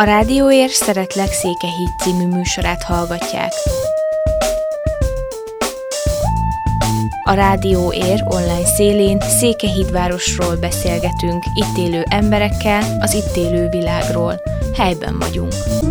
Rádióér Szeretlek Székelyhíd című műsorát hallgatják. A Rádióér online szélén Székelyhídvárosról beszélgetünk, itt élő emberekkel, az itt élő világról. Helyben vagyunk.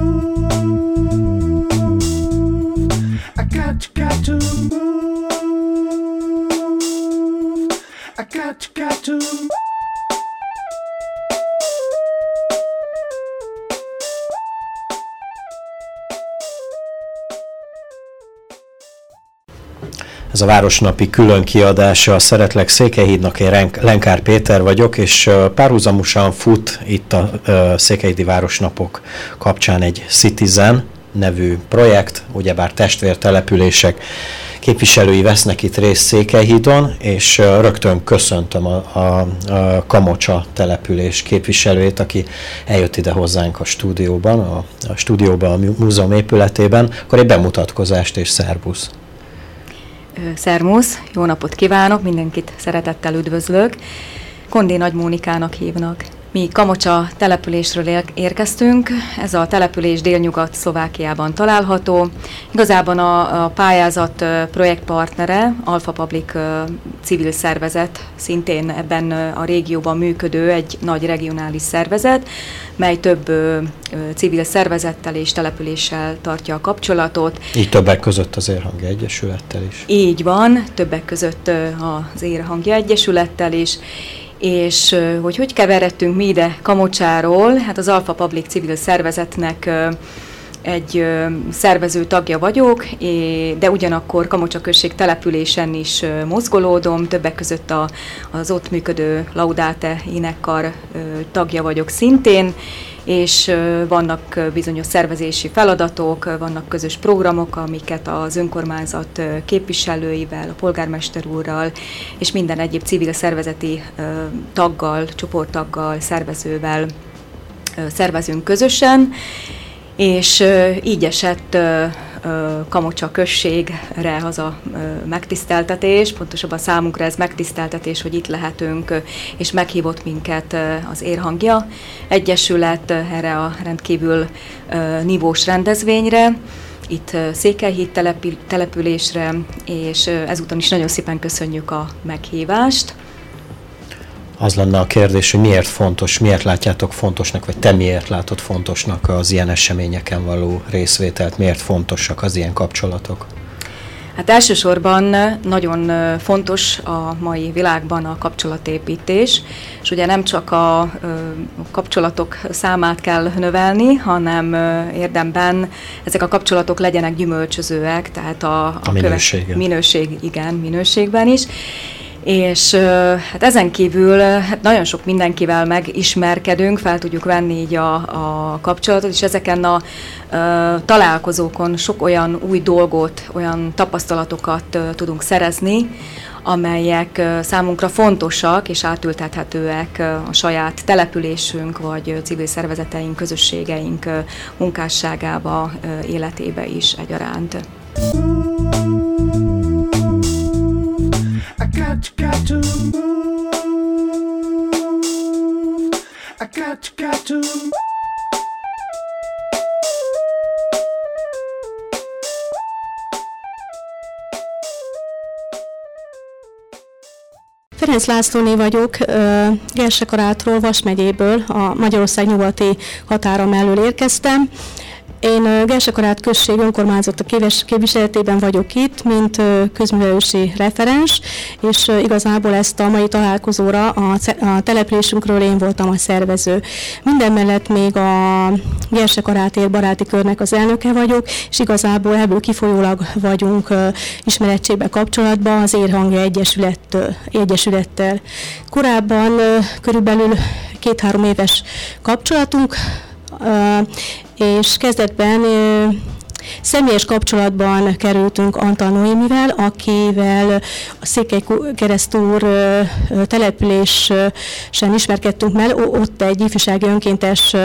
Ez a városnapi külön kiadása a Szeretlek Székelyhídnak, én Lenkár Péter vagyok, és párhuzamosan fut itt a Székelyhídi Városnapok kapcsán egy Citizen nevű projekt, ugyebár testvértelepülések képviselői vesznek itt részt Székelyhídon, és rögtön köszöntöm a Kamocsa település képviselőjét, aki eljött ide hozzánk a stúdióban, a múzeum épületében. Akkor egy bemutatkozást és szervusz! Szervusz, jó napot kívánok, mindenkit szeretettel üdvözlök. Kondi Nagy Mónikának hívnak. Mi Kamocsa településről érkeztünk, ez a település délnyugat Szlovákiában található. Igazából a pályázat projektpartnere, Alfa Public civil szervezet, szintén ebben a régióban működő egy nagy regionális szervezet, mely több civil szervezettel és településsel tartja a kapcsolatot. Így többek között az Érhangja Egyesülettel is. Így van, többek között az Érhangja Egyesülettel is. És hogy keveredtünk mi ide Kamocsáról, hát az Alfa Public civil szervezetnek egy szervező tagja vagyok, de ugyanakkor Kamocsa község településen is mozgolódom, többek között az ott működő Laudate énekkar tagja vagyok szintén, és vannak bizonyos szervezési feladatok, vannak közös programok, amiket az önkormányzat képviselőivel, a polgármester úrral, és minden egyéb civil szervezeti taggal, csoporttaggal, szervezővel szervezünk közösen, és így esett Kamocsa községre az a megtiszteltetés, pontosabban számunkra ez megtiszteltetés, hogy itt lehetünk, és meghívott minket az Érhangja Egyesület erre a rendkívül nívós rendezvényre, itt Székelyhíd településre, és ezúton is nagyon szépen köszönjük a meghívást. Az lenne a kérdés, hogy miért fontos, miért látjátok fontosnak, vagy te miért látod fontosnak az ilyen eseményeken való részvételt, miért fontosak az ilyen kapcsolatok? Hát elsősorban nagyon fontos a mai világban a kapcsolatépítés, és ugye nem csak a kapcsolatok számát kell növelni, hanem érdemben ezek a kapcsolatok legyenek gyümölcsözőek, tehát a minőségben is. És hát ezen kívül nagyon sok mindenkivel megismerkedünk, fel tudjuk venni így a kapcsolatot, és ezeken a találkozókon sok olyan új dolgot, olyan tapasztalatokat tudunk szerezni, amelyek számunkra fontosak és átültethetőek a saját településünk vagy civil szervezeteink, közösségeink munkásságába, életébe is egyaránt. Got to move. I got to move. Ferenc Lászlóné vagyok, Gersekarátról, Vas megyéből, a Magyarország nyugati határa mellől érkeztem. Én Gersekarát község önkormányzata képviseletében vagyok itt, mint közművelősi referens, és igazából ezt a mai találkozóra a településünkről én voltam a szervező. Minden mellett még a Gersekarát baráti körnek az elnöke vagyok, és igazából ebből kifolyólag vagyunk ismerettségbe kapcsolatban az Érhangja Egyesülettel. Korábban körülbelül 2-3 éves kapcsolatunk, és kezdetben személyes kapcsolatban kerültünk Antal Noémivel, akivel a Székelykeresztúr településen ismerkedtünk meg, ott egy ifjúsági önkéntes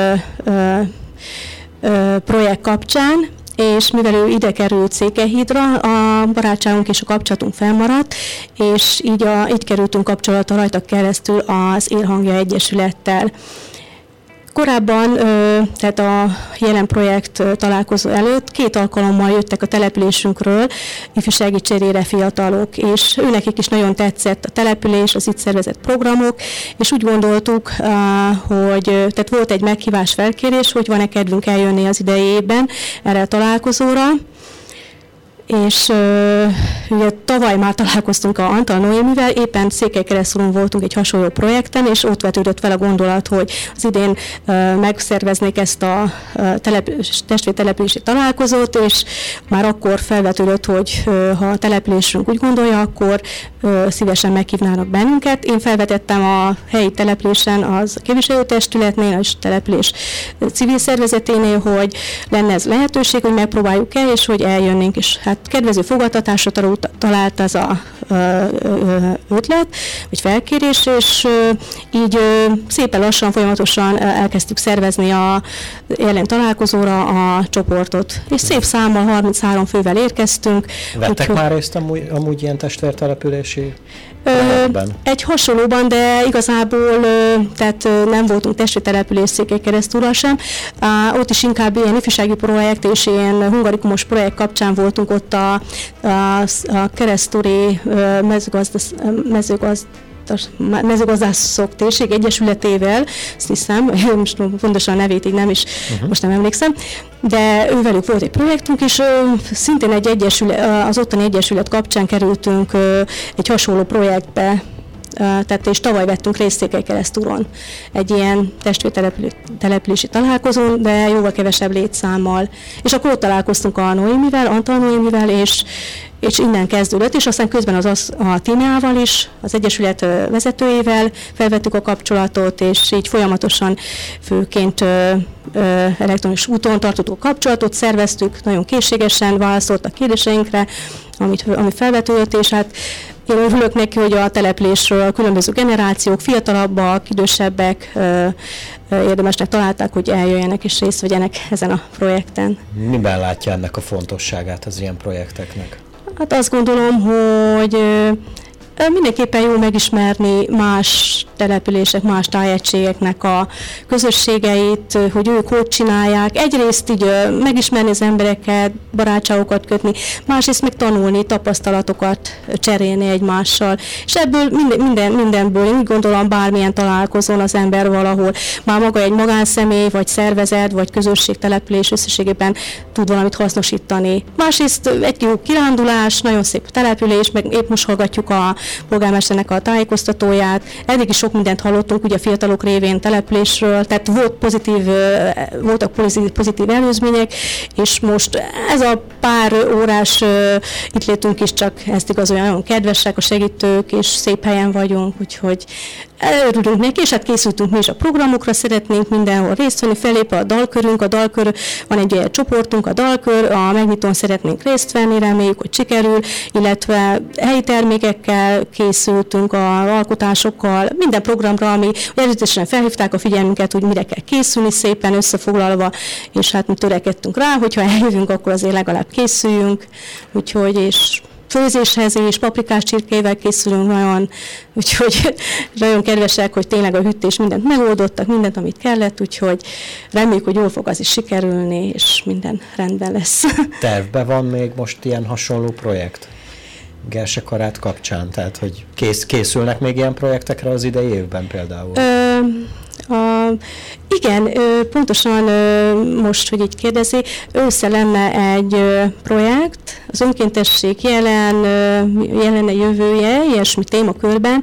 projekt kapcsán, és mivel ő ide került Székelyhídra, a barátságunk és a kapcsolatunk fennmaradt, és így kerültünk kapcsolatra rajta keresztül az Érhangja Egyesülettel. Korábban, tehát a jelen projekt találkozó előtt 2 alkalommal jöttek a településünkről ifjúsági cserére fiatalok, és őnekik is nagyon tetszett a település, az itt szervezett programok, és úgy gondoltuk, hogy tehát volt egy meghívás, felkérés, hogy van-e kedvünk eljönni az idei évben erre a találkozóra. És ugye tavaly már találkoztunk a Antal Noémivel, éppen Székelykeresztúron voltunk egy hasonló projekten, és ott vetődött fel a gondolat, hogy az idén megszerveznék ezt a testvértelepülési találkozót, és már akkor felvetődött, hogy ha a településünk úgy gondolja, akkor szívesen meghívnának bennünket. Én felvetettem a helyi településen az képviselőtestületnél, és település civil szervezeténél, hogy lenne ez lehetőség, hogy megpróbáljuk el, és hogy eljönnénk, és hát kedvező fogadtatásra talált ez az ötlet, vagy felkérés, és így szépen lassan, folyamatosan elkezdtük szervezni a jelen találkozóra a csoportot. És szép számmal, 33 fővel érkeztünk. Vettek már részt amúgy ilyen testvértelepülési projektben? Egy hasonlóban, de igazából tehát nem voltunk testvértelepülés Székelykeresztúron sem. Ott is inkább ilyen ifjúsági projekt és ilyen hungarikumos projekt kapcsán voltunk ott a Keresztúri mezőgazdászok térség egyesületével, azt hiszem, most pontosan a nevét így nem is, most nem emlékszem, de ővelük volt egy projektünk, és szintén egy egyesület, az ottani egyesület kapcsán kerültünk egy hasonló projektbe, tehát és tavaly vettünk részt Székelykeresztúron egy ilyen testvértelepülési találkozón, de jóval kevesebb létszámmal. És akkor ott találkoztunk a Noémivel, Antal Noémivel, és innen kezdődött, és aztán közben a Tímeával is, az egyesület vezetőjével felvettük a kapcsolatot, és így folyamatosan főként elektronikus úton tartotó kapcsolatot szerveztük, nagyon készségesen válaszoltak kérdéseinkre, ami felvetődött, és hát én örülök neki, hogy a településről a különböző generációk, fiatalabbak, idősebbek érdemesnek találták, hogy eljöjjenek és részt vegyenek ezen a projekten. Miben látja ennek a fontosságát az ilyen projekteknek? Hát azt gondolom, hogy mindenképpen jó megismerni más települések, más tájegységeknek a közösségeit, hogy ők hogy csinálják. Egyrészt így megismerni az embereket, barátságokat kötni, másrészt meg tanulni, tapasztalatokat cserélni egymással. És ebből mindenből, én úgy gondolom, bármilyen találkozón az ember valahol, már maga egy magánszemély, vagy szervezet, vagy közösség, település összességében tud valamit hasznosítani. Másrészt egy jó kirándulás, nagyon szép település, meg épp most hallgatjuk a polgármesternek a tájékoztatóját. Eddig is sok mindent hallottunk ugye a fiatalok révén településről, tehát voltak pozitív előzmények, és most ez a pár órás itt létünk is csak ezt igazolja, nagyon kedvesek a segítők, és szép helyen vagyunk, úgyhogy örülünk neki, és hát készültünk mi is a programokra, szeretnénk mindenhol részt venni, fellép a dalkörünk, van egy olyan csoportunk, a dalkör, a megnyitón szeretnénk részt venni, reméljük, hogy sikerül, illetve helyi termékekkel készültünk, a alkotásokkal, minden programra, ami előzetesen felhívták a figyelmünket, hogy mire kell készülni, szépen összefoglalva, és hát mi törekedtünk rá, hogyha eljövünk, akkor azért legalább készüljünk, úgyhogy és főzéshez és paprikás csirkével készülünk nagyon, úgyhogy nagyon kedvesek, hogy tényleg a hűtés mindent megoldottak, mindent, amit kellett, úgyhogy reméljük, hogy jól fog az is sikerülni, és minden rendben lesz. Tervben van még most ilyen hasonló projekt? Gersekarát kapcsán, tehát hogy készülnek még ilyen projektekre az idei évben például? Igen, pontosan most, hogy így kérdezi, ősszel lenne egy projekt, az önkéntesség jelenne jövője, ilyesmi témakörben,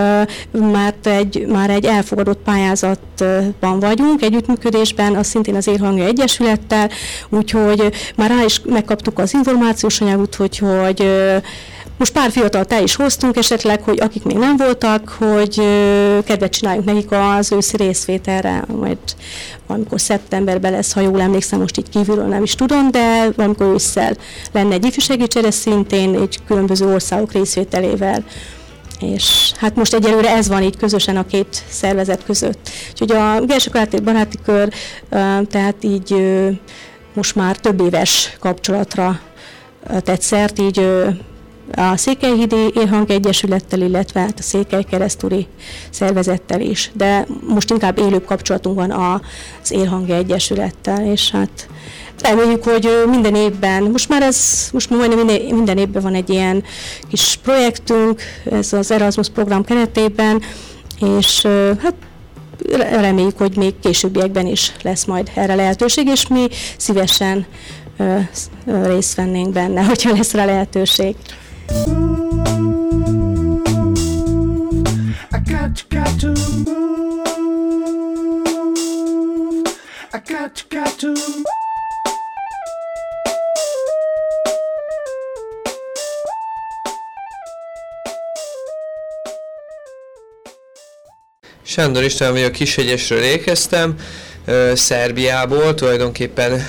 már egy elfogadott pályázatban vagyunk, együttműködésben, az szintén az Érhangja Egyesülettel, úgyhogy már rá is megkaptuk az információs anyagot, hogy most pár fiatalt el is hoztunk esetleg, hogy akik még nem voltak, hogy kedvet csináljuk nekik az őszi részvételre, majd valamikor szeptemberben lesz, ha jól emlékszem, most így kívülről nem is tudom, de valamikor ősszel lenne egy ifjúsági csere szintén, egy különböző országok részvételével. És hát most egyelőre ez van így közösen a két szervezet között. Úgyhogy a Gersekarát baráti kör, tehát így most már több éves kapcsolatra tett szert, így a Székelyhídi Érhang Egyesülettel, illetve a Székelykeresztúri szervezettel is, de most inkább élőbb kapcsolatunk van az Érhangi Egyesülettel, és hát reméljük, hogy minden évben, most majdnem minden évben van egy ilyen kis projektünk, ez az Erasmus program keretében, és hát reméljük, hogy még későbbiekben is lesz majd erre lehetőség, és mi szívesen részt vennénk benne, hogyha lesz rá lehetőség. Sándor István vagyok, Kishegyesről érkeztem, Szerbiából, tulajdonképpen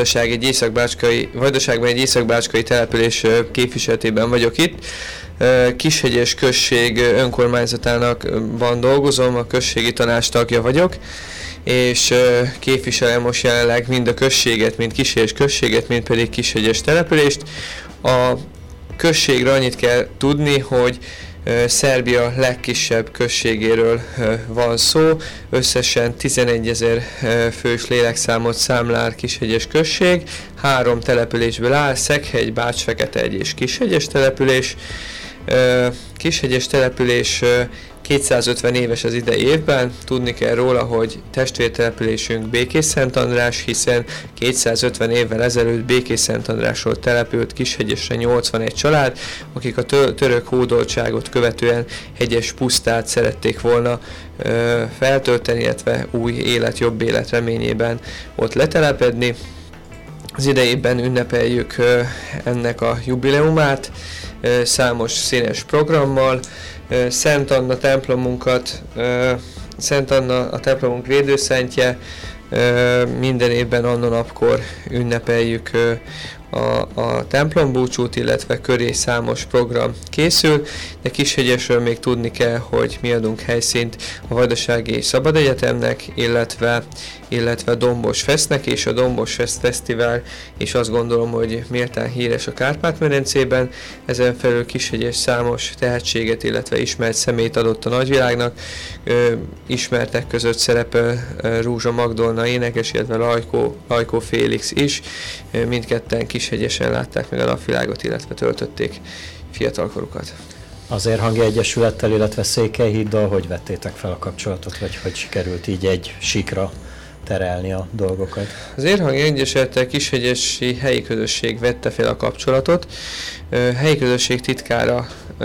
Vajdaságban egy északbácskai település képviseletében vagyok itt. Kishegyes község önkormányzatánakban dolgozom, a községi tanács tagja vagyok, és képviselem most jelenleg mind a községet, mind Kishegyes községet, mind pedig Kishegyes települést. A községre annyit kell tudni, hogy Szerbia legkisebb községéről van szó, összesen 11 000 fős lélekszámot számlál Kishegyes község, 3 településből áll, Szeghegy, Bács-Feketehegy és Kishegyes település. Kishegyes település 250 éves az idei évben, tudni kell róla, hogy testvértelepülésünk Békés-Szentandrás, hiszen 250 évvel ezelőtt Békés-Szentandrásról települt Kishegyesre 81 család, akik a török hódoltságot követően hegyes pusztát szerették volna feltölteni, illetve új élet, jobb élet reményében ott letelepedni. Az idejében ünnepeljük ennek a jubileumát számos színes programmal. Szent Anna templomunkat, Szent Anna a templomunk védőszentje, minden évben annon napkor ünnepeljük a templombúcsút, illetve köré számos program készül, de Kishegyesről még tudni kell, hogy mi adunk helyszínt a Vajdasági Szabadegyetemnek, illetve a Dombos Festnek, és a Dombos Fest Fesztivál, és azt gondolom, hogy méltán híres a Kárpát-medencében. Ezen felül Kishegyes számos tehetséget, illetve ismert személyt adott a nagyvilágnak. Ismertek között szerepel Rúzsa Magdolna énekes, illetve Lajkó Félix is. Mindketten Kishegyesen látták meg a napvilágot, illetve töltötték fiatalkorukat. Az Érhangi Egyesülettel, illetve Székelyhíddal hogy vettétek fel a kapcsolatot, vagy hogy sikerült így egy síkra terelni a dolgokat? Az Érhangi Egyesülettel Kishegyesi helyi közösség vette fel a kapcsolatot. Helyi közösség titkára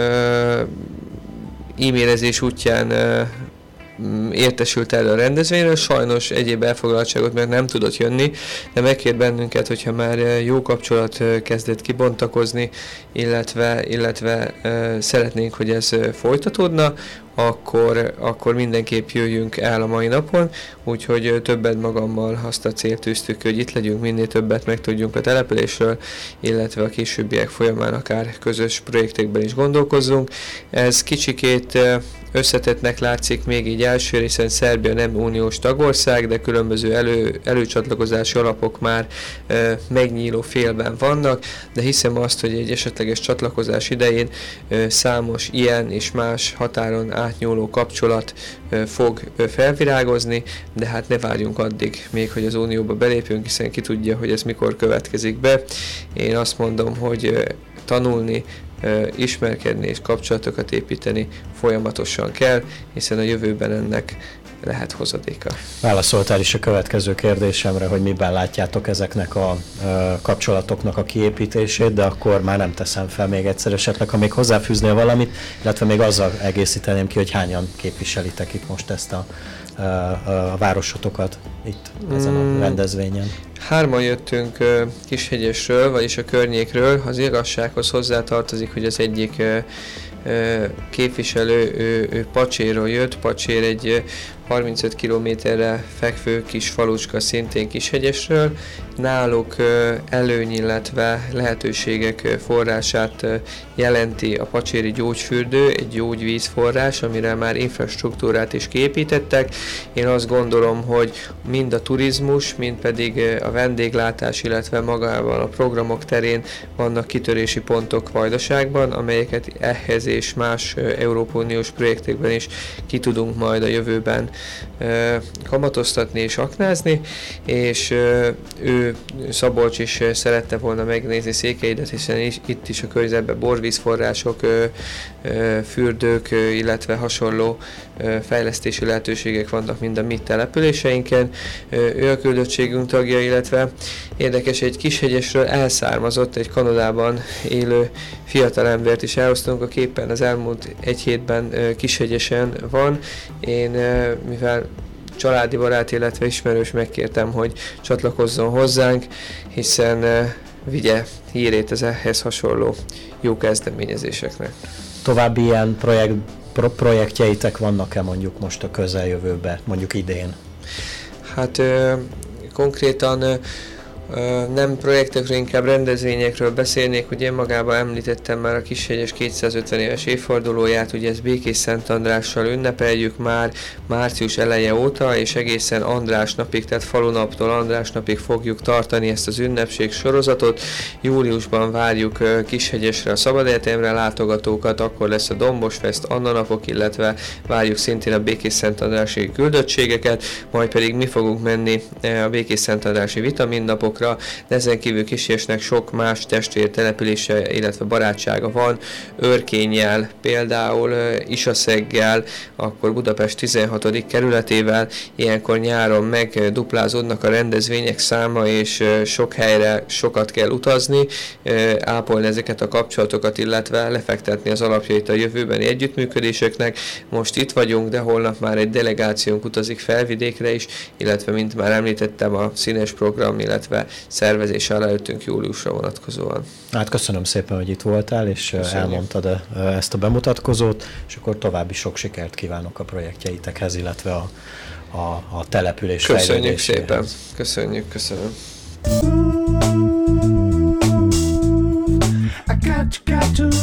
e-mailezés útján értesült erről a rendezvényről, sajnos egyéb elfoglaltságot meg nem tudott jönni, de megkért bennünket, hogyha már jó kapcsolat kezdett kibontakozni, illetve szeretnénk, hogy ez folytatódna, akkor mindenképp jöjjünk el a mai napon, úgyhogy többet magammal azt a célt tűztük, hogy itt legyünk, minél többet megtudjunk a településről, illetve a későbbiek folyamán akár közös projektekben is gondolkozzunk. Ez kicsikét összetettnek látszik még így elsőre, hiszen Szerbia nem uniós tagország, de különböző előcsatlakozási alapok már megnyíló félben vannak, de hiszem azt, hogy egy esetleges csatlakozás idején számos ilyen és más határon átnyúló kapcsolat fog felvirágozni, de hát ne várjunk addig még, hogy az unióba belépjünk, hiszen ki tudja, hogy ez mikor következik be. Én azt mondom, hogy tanulni, ismerkedni és kapcsolatokat építeni folyamatosan kell, hiszen a jövőben ennek lehet hozadéka. Válaszoltál is a következő kérdésemre, hogy miben látjátok ezeknek a kapcsolatoknak a kiépítését, de akkor már nem teszem fel még egyszer esetleg, ha még hozzáfűznél valamit, illetve még azzal egészíteném ki, hogy hányan képviselitek itt most ezt a városotokat itt ezen a rendezvényen. 3 jöttünk Kishegyesről, vagyis a környékről. Az igazsághoz hozzátartozik, hogy az egyik képviselő ő Pacséről jött. Pacsér egy 35 kilométerre fekvő kis falucska, szintén Kishegyesről. Náluk előny, illetve lehetőségek forrását jelenti a pacséri gyógyfürdő, egy gyógyvízforrás, amire már infrastruktúrát is kiépítettek. Én azt gondolom, hogy mind a turizmus, mind pedig a vendéglátás, illetve magában a programok terén vannak kitörési pontok Vajdaságban, amelyeket ehhez és más Európai Uniós projektekben is ki tudunk majd a jövőben kamatoztatni és aknázni, és ő Szabolcs is szerette volna megnézni Székelyhidet, hiszen itt is a környezetben borvízforrások, fürdők, illetve hasonló fejlesztési lehetőségek vannak mind a mi településeinken. Ő a küldöttségünk tagja, illetve érdekes, egy Kishegyesről elszármazott, egy Kanadában élő fiatalembert is elhoztunk, a képen az elmúlt egy hétben Kishegyesen van. Én, mivel családi barát, illetve ismerős, megkértem, hogy csatlakozzon hozzánk, hiszen vigye hírét az ehhez hasonló jó kezdeményezéseknek. További ilyen projektjeitek vannak-e mondjuk most a közeljövőben, mondjuk idén? Hát konkrétan nem projektekről, inkább rendezvényekről beszélnék. Ugye én magában említettem már a Kishegyes 250 éves évfordulóját, ugye ezt Békés Szent Andrással ünnepeljük már március eleje óta, és egészen András napig, tehát falunaptól András napig fogjuk tartani ezt az ünnepség sorozatot. Júliusban várjuk Kishegyesre a Szabadegyetemre látogatókat, akkor lesz a Dombosfest, Anna napok, illetve várjuk szintén a Békés Szent Andrási küldöttségeket, majd pedig mi fogunk menni a Békés Szent Andrási vitaminnapokra. De ezen kívül Kishegyesnek sok más testvértelepülése, illetve barátsága van, Örkénnyel, például Isaszeggel, akkor Budapest 16. kerületével, ilyenkor nyáron megduplázódnak a rendezvények száma, és sok helyre sokat kell utazni, ápolni ezeket a kapcsolatokat, illetve lefektetni az alapjait a jövőbeni együttműködéseknek. Most itt vagyunk, de holnap már egy delegációnk utazik Felvidékre is, illetve, mint már említettem, a színes program, illetve szervezés alá jöttünk júliusra vonatkozóan. Hát köszönöm szépen, hogy itt voltál, és elmondtad ezt a bemutatkozót, és akkor további sok sikert kívánok a projektjeitekhez, illetve a település fejlődéséhez. Köszönjük szépen. Köszönjük, köszönöm. I got to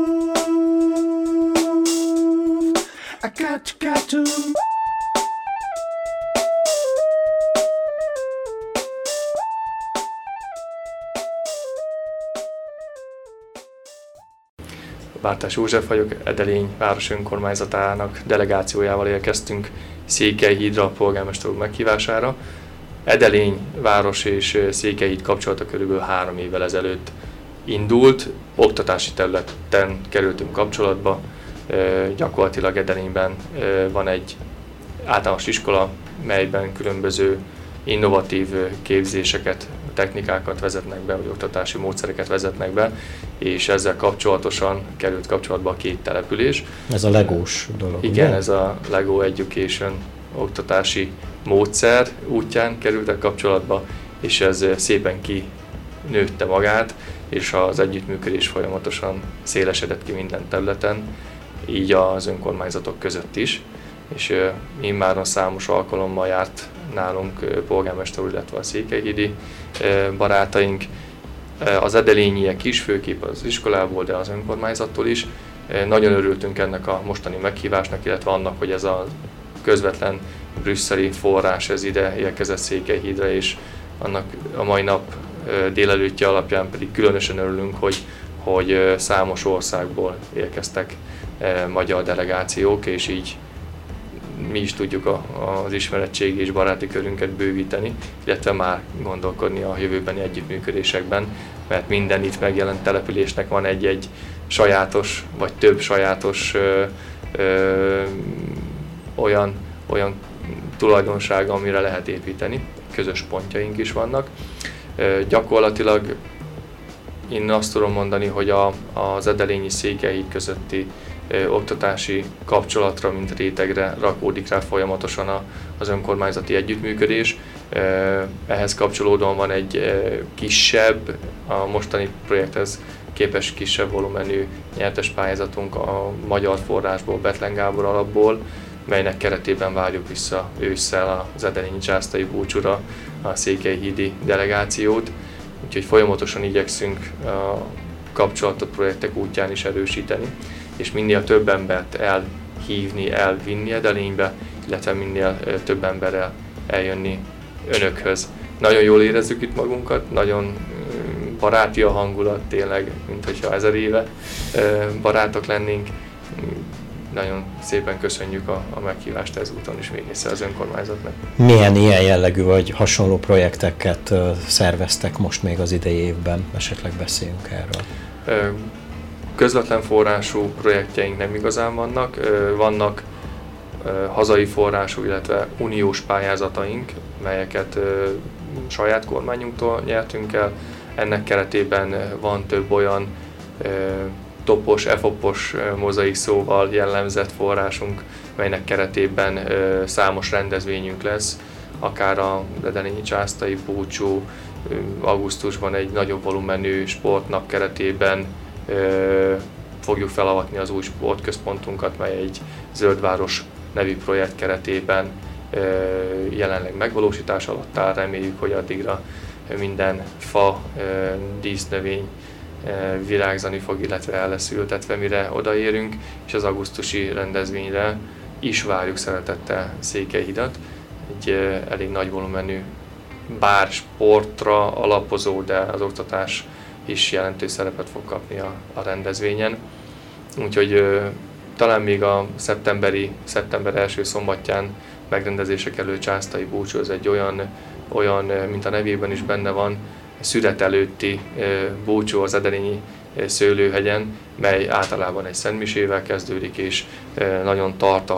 move. Bártás József vagyok, Edelény város önkormányzatának delegációjával érkeztünk Székelyhídra a polgármester úr meghívására. Edelény város és Székelyhíd kapcsolata körülbelül 3 évvel ezelőtt indult, oktatási területen kerültünk kapcsolatba. Gyakorlatilag Edelényben van egy általános iskola, melyben különböző innovatív képzéseket, technikákat vezetnek be, vagy oktatási módszereket vezetnek be, és ezzel kapcsolatosan került kapcsolatba a 2 település. Ez a legós dolog. Igen, ugye? Ez a Lego Education oktatási módszer útján kerültek kapcsolatba, és ez szépen kinőtte magát, és az együttműködés folyamatosan szélesedett ki minden területen, így az önkormányzatok között is, és immáron számos alkalommal járt nálunk polgármester úr, illetve a székelyhídi barátaink. Az edelényiek is, főképp az iskolából, de az önkormányzattól is. Nagyon örültünk ennek a mostani meghívásnak, illetve annak, hogy ez a közvetlen brüsszeli forrás ez ide érkezett Székelyhídra, és annak a mai nap délelőttje alapján pedig különösen örülünk, hogy számos országból érkeztek magyar delegációk, és így mi is tudjuk az ismeretségi és baráti körünket bővíteni, illetve már gondolkodni a jövőbeni együttműködésekben, mert minden itt megjelent településnek van egy sajátos, vagy több sajátos olyan tulajdonsága, amire lehet építeni. Közös pontjaink is vannak. Gyakorlatilag én azt tudom mondani, hogy az edelényi Székelyhíd közötti oktatási kapcsolatra, mint rétegre rakódik rá folyamatosan az önkormányzati együttműködés. Ehhez kapcsolódóan van egy kisebb, a mostani projekthez képest kisebb volumenű nyertes pályázatunk a magyar forrásból, Bethlen Gábor alapból, melynek keretében várjuk vissza ősszel az edelényi zászlói búcsúra a székelyhídi delegációt. Úgyhogy folyamatosan igyekszünk a kapcsolatot projektek útján is erősíteni, és minél több embert elhívni, elvinni Edelénybe, illetve minél több emberrel eljönni önökhöz. Nagyon jól érezzük itt magunkat, nagyon baráti a hangulat, tényleg, mint hogyha 1000 éve barátok lennénk. Nagyon szépen köszönjük a meghívást ezúton is még egyszer az önkormányzatnak. Milyen ilyen jellegű vagy hasonló projekteket szerveztek most még az idei évben? Esetleg beszéljünk erről. Közvetlen forrású projektjeink nem igazán vannak. Vannak hazai forrású, illetve uniós pályázataink, melyeket saját kormányunktól nyertünk el. Ennek keretében van több olyan topos, EFOP-os mozaik szóval jellemzett forrásunk, melynek keretében számos rendezvényünk lesz, akár a Edelényi Császtai búcsú, augusztusban egy nagyobb volumenű sportnap keretében fogjuk felavatni az új sportközpontunkat, mely egy Zöldváros nevű projekt keretében jelenleg megvalósítás alatt áll. Reméljük, hogy addigra minden fa, dísznövény virágzani fog, illetve el lesz ültetve, mire odaérünk, és az augusztusi rendezvényre is várjuk szeretettel Székelyhidat. Egy elég nagy volumenű, bár sportra alapozó, de az oktatás is jelentős szerepet fog kapni a rendezvényen. Úgyhogy talán még a szeptember első szombatján megrendezése kerülő Császtai búcsú, az egy olyan, mint a nevében is benne van, szüret előtti búcsú az Edelényi Szőlőhegyen, mely általában egy szentmisével kezdődik, és nagyon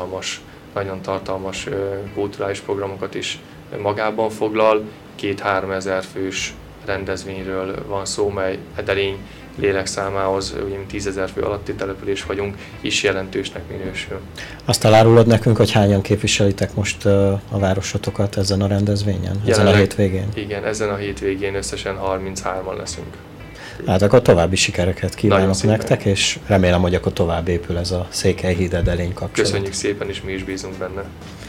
tartalmas kulturális programokat is magában foglal. 2-3 ezer fős rendezvényről van szó, mely Edelény lélekszámához, ugye 10 000 fő alatti település vagyunk, is jelentősnek minősül. Azt elárulod nekünk, hogy hányan képviselitek most a városotokat ezen a rendezvényen, ezen a hétvégén? Igen, ezen a hétvégén összesen 33-an leszünk. Hát akkor további sikereket kívánok nektek, és remélem, hogy akkor tovább épül ez a Székelyhíd Edelény kapcsolat. Köszönjük szépen, és mi is bízunk benne.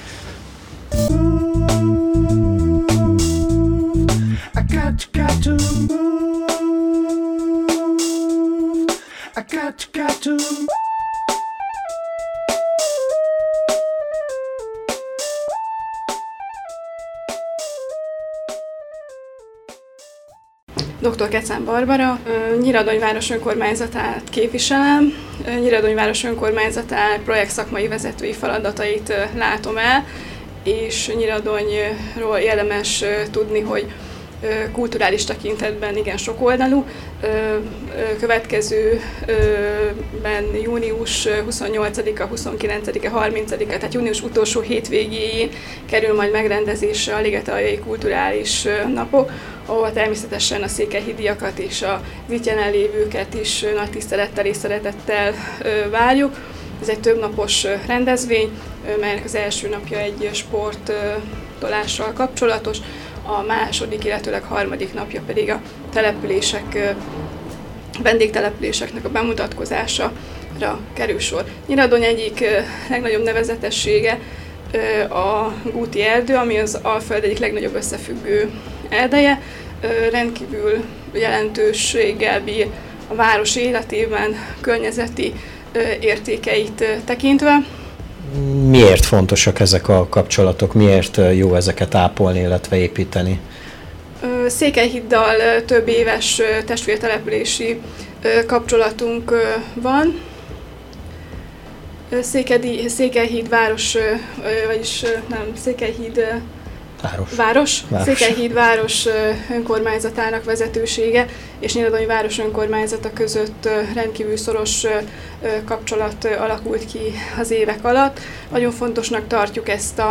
Dr. Kecán Barbara, Nyíradony város önkormányzatát képviselem. Nyíradony város önkormányzatát projekt szakmai vezetői feladatait látom el, és Nyíradonyról érdemes tudni, hogy kulturális tekintetben igen sokoldalú. Következőben június 28-a, 29-e, 30-a, tehát június utolsó hétvégéjén kerül majd megrendezésre a Ligetaljai Kulturális Napok, ahol természetesen a székelyhídiakat és a itt jelenlévőket is nagy tisztelettel és szeretettel várjuk. Ez egy többnapos rendezvény, melynek az első napja egy sportolással kapcsolatos, a második, illetőleg harmadik napja pedig a települések, vendégtelepüléseknek a bemutatkozására kerül sor. Nyíradony egyik legnagyobb nevezetessége a Gúti erdő, ami az Alföld egyik legnagyobb összefüggő erdeje. Rendkívül jelentőséggel bír a város életében, környezeti értékeit tekintve. Miért fontosak ezek a kapcsolatok? Miért jó ezeket ápolni, illetve építeni? Székelyhíddal több éves testvértelepülési kapcsolatunk van. Székelyhíd város, vagyis nem, Székelyhíd város. Székelyhíd város önkormányzatának vezetősége és Nyíradony város önkormányzata között rendkívül szoros kapcsolat alakult ki az évek alatt. Nagyon fontosnak tartjuk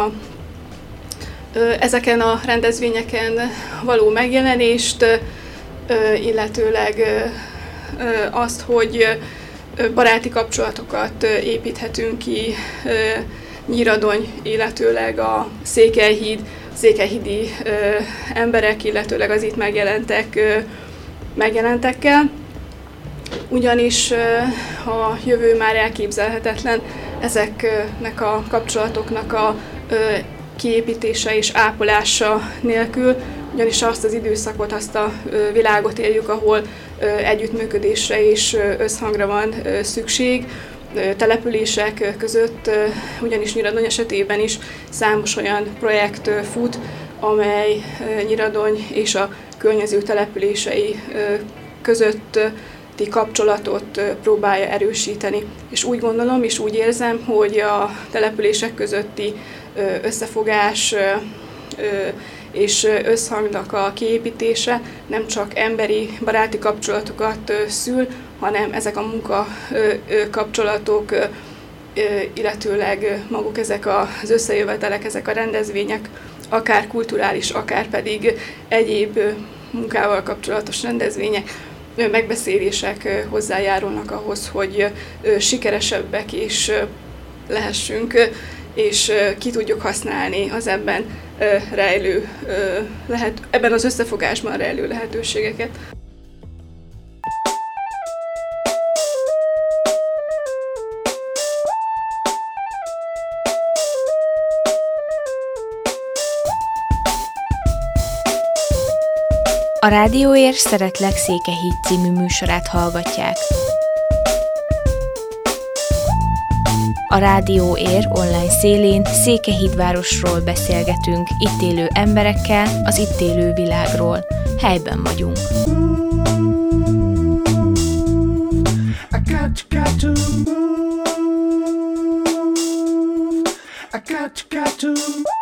ezeken a rendezvényeken való megjelenést, illetőleg azt, hogy baráti kapcsolatokat építhetünk ki Nyíradony, illetőleg a székelyhídi emberek, illetőleg az itt megjelentekkel. Ugyanis a jövő már elképzelhetetlen ezeknek a kapcsolatoknak a kiépítése és ápolása nélkül, ugyanis azt az időszakot, azt a világot éljük, ahol együttműködésre és összhangra van szükség. települések között, ugyanis Nyiradony esetében is számos olyan projekt fut, amely Nyiradony és a környező települései közötti kapcsolatot próbálja erősíteni. És úgy gondolom, és úgy érzem, hogy a települések közötti összefogás és összhangnak a kiépítése nem csak emberi, baráti kapcsolatokat szül, hanem ezek a munkakapcsolatok, illetőleg maguk ezek az összejövetelek, ezek a rendezvények, akár kulturális, akár pedig egyéb munkával kapcsolatos rendezvények, megbeszélések hozzájárulnak ahhoz, hogy sikeresebbek is lehessünk, és ki tudjuk használni az ebben ebben az összefogásban rejlő lehetőségeket. A Rádióér Szeretlek Székehíd című műsorát hallgatják. A Rádióér online szélén Székehídvárosról beszélgetünk, itt élő emberekkel, az itt élő világról. Helyben vagyunk. I got to move.